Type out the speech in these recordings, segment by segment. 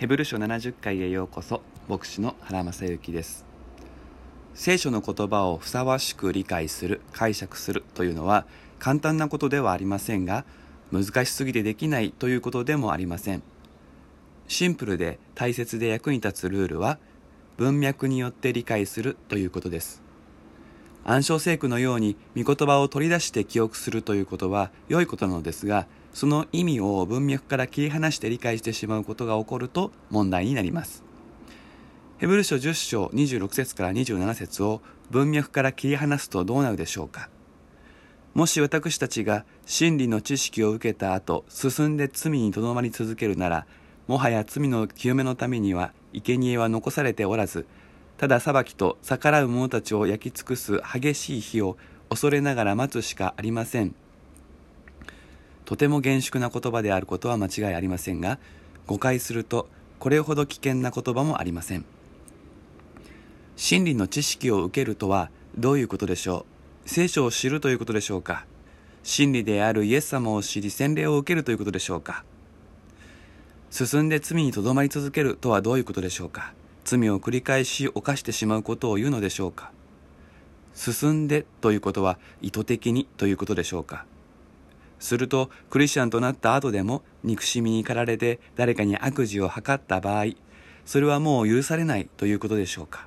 ヘブル書70回へようこそ。牧師の原正幸です。聖書の言葉をふさわしく理解する、解釈するというのは簡単なことではありませんが、難しすぎてできないということでもありません。シンプルで大切で役に立つルールは、文脈によって理解するということです。暗唱聖句のように御言葉を取り出して記憶するということは良いことなのですが、その意味を文脈から切り離して理解してしまうことが起こると問題になります。ヘブル書10章26節から27節を文脈から切り離すとどうなるでしょうか。もし私たちが真理の知識を受けた後、進んで罪にとどまり続けるなら、もはや罪の清めのためには生贄は残されておらず、ただ裁きと逆らう者たちを焼き尽くす激しい火を恐れながら待つしかありません。とても厳粛な言葉であることは間違いありませんが、誤解するとこれほど危険な言葉もありません。真理の知識を受けるとはどういうことでしょう。聖書を知るということでしょうか。真理であるイエス様を知り洗礼を受けるということでしょうか。進んで罪にとどまり続けるとはどういうことでしょうか。罪を繰り返し犯してしまうことを言うのでしょうか。進んでということは意図的にということでしょうか。するとクリスチャンとなった後でも憎しみに駆られて誰かに悪事を図った場合、それはもう許されないということでしょうか。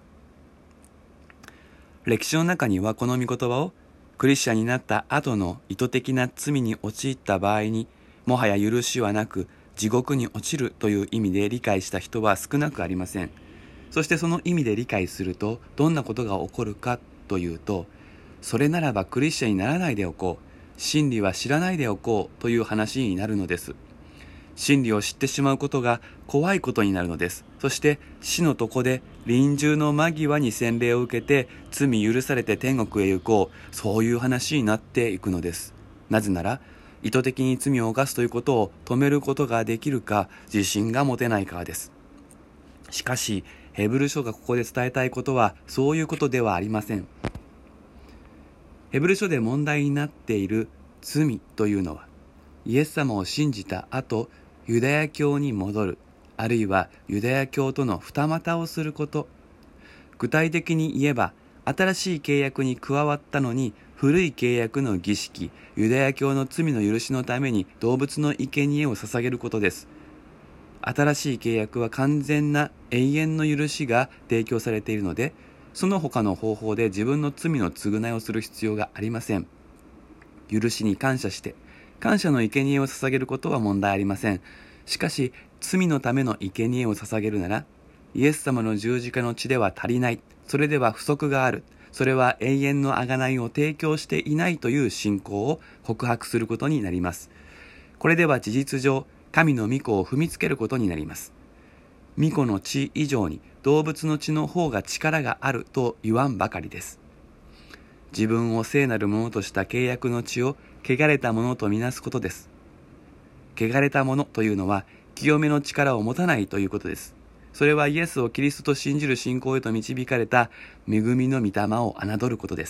歴史の中にはこの御言葉をクリスチャンになった後の意図的な罪に陥った場合にもはや許しはなく地獄に落ちるという意味で理解した人は少なくありません。そしてその意味で理解するとどんなことが起こるかというと、それならばクリスチャンにならないでおこう、真理は知らないでおこうという話になるのです。真理を知ってしまうことが怖いことになるのです。そして死の床で臨終の間際に洗礼を受けて罪許されて天国へ行こう、そういう話になっていくのです。なぜなら意図的に罪を犯すということを止めることができるか自信が持てないからです。しかしヘブル書がここで伝えたいことはそういうことではありません。ヘブル書で問題になっている罪というのは、イエス様を信じた後、ユダヤ教に戻る、あるいはユダヤ教との二股をすること。具体的に言えば、新しい契約に加わったのに、古い契約の儀式、ユダヤ教の罪の許しのために動物の生贄を捧げることです。新しい契約は完全な永遠の許しが提供されているので、その他の方法で自分の罪の償いをする必要がありません。許しに感謝して、感謝の生贄を捧げることは問題ありません。しかし、罪のための生贄を捧げるなら、イエス様の十字架の血では足りない。それでは不足がある。それは永遠の贖いを提供していないという信仰を告白することになります。これでは事実上、神の御子を踏みつけることになります。御子の血以上に動物の血の方が力があると言わんばかりです。自分を聖なるものとした契約の血を汚れたものとみなすことです。汚れたものというのは清めの力を持たないということです。それはイエスをキリストと信じる信仰へと導かれた恵みの御霊を侮ることです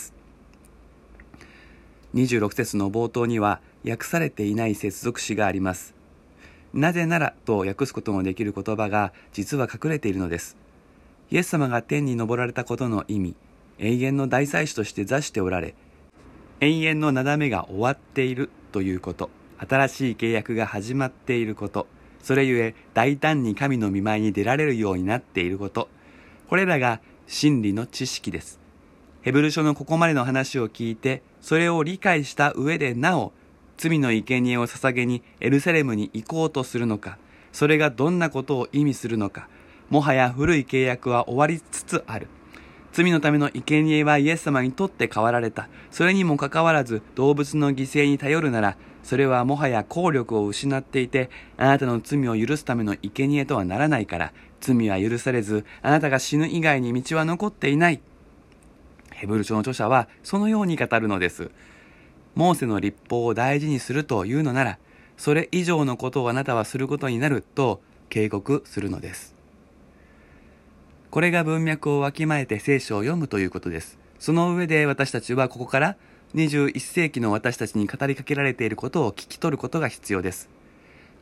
。26節の冒頭には訳されていない接続詞があります。なぜならと訳すこともできる言葉が実は隠れているのです。イエス様が天に昇られたことの意味、永遠の大祭司として座しておられ、永遠のなだめが終わっているということ、新しい契約が始まっていること、それゆえ大胆に神の御前に出られるようになっていること、これらが真理の知識です。ヘブル書のここまでの話を聞いて、それを理解した上でなお、罪の生贄を捧げにエルサレムに行こうとするのか、それがどんなことを意味するのか、もはや古い契約は終わりつつある。罪のための生贄はイエス様にとって変わられた。それにもかかわらず動物の犠牲に頼るなら、それはもはや効力を失っていて、あなたの罪を許すための生贄とはならないから、罪は許されず、あなたが死ぬ以外に道は残っていない。ヘブル書の著者はそのように語るのです。モーセの律法を大事にするというのなら、それ以上のことをあなたはすることになると警告するのです。これが文脈をわきまえて聖書を読むということです。その上で私たちはここから21世紀の私たちに語りかけられていることを聞き取ることが必要です。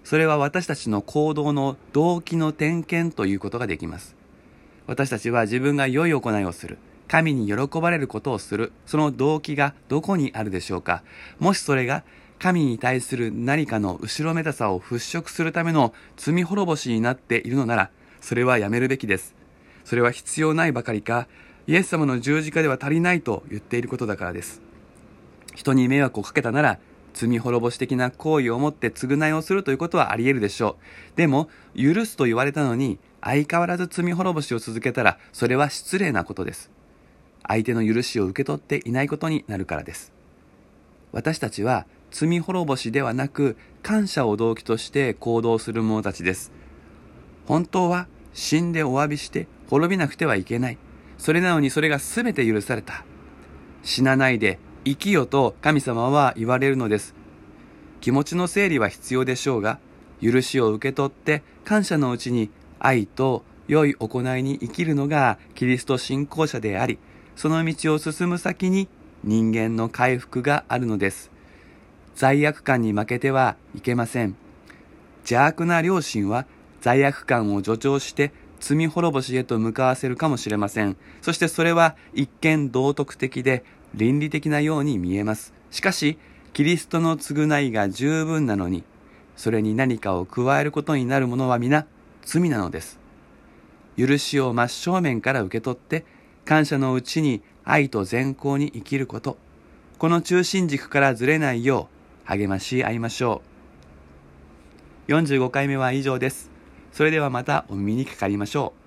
それは私たちの行動の動機の点検ということができます。私たちは自分が良い行いをする、神に喜ばれることをする、その動機がどこにあるでしょうか。もしそれが神に対する何かの後ろめたさを払拭するための罪滅ぼしになっているのなら、それはやめるべきです。それは必要ないばかりか、イエス様の十字架では足りないと言っていることだからです。人に迷惑をかけたなら、罪滅ぼし的な行為をもって償いをするということはあり得るでしょう。でも、許すと言われたのに、相変わらず罪滅ぼしを続けたら、それは失礼なことです。相手の許しを受け取っていないことになるからです。私たちは、罪滅ぼしではなく、感謝を動機として行動する者たちです。本当は、死んでお詫びして滅びなくてはいけない。それなのにそれが全て許された。死なないで生きよと神様は言われるのです。気持ちの整理は必要でしょうが、許しを受け取って感謝のうちに愛と良い行いに生きるのがキリスト信仰者であり、その道を進む先に人間の回復があるのです。罪悪感に負けてはいけません。邪悪な良心は罪悪感を助長して罪滅ぼしへと向かわせるかもしれません。そしてそれは一見道徳的で倫理的なように見えます。しかし、キリストの償いが十分なのに、それに何かを加えることになるものは皆罪なのです。許しを真正面から受け取って、感謝のうちに愛と善行に生きること。この中心軸からずれないよう励まし合いましょう。45回目は以上です。それではまたお耳にかかりましょう。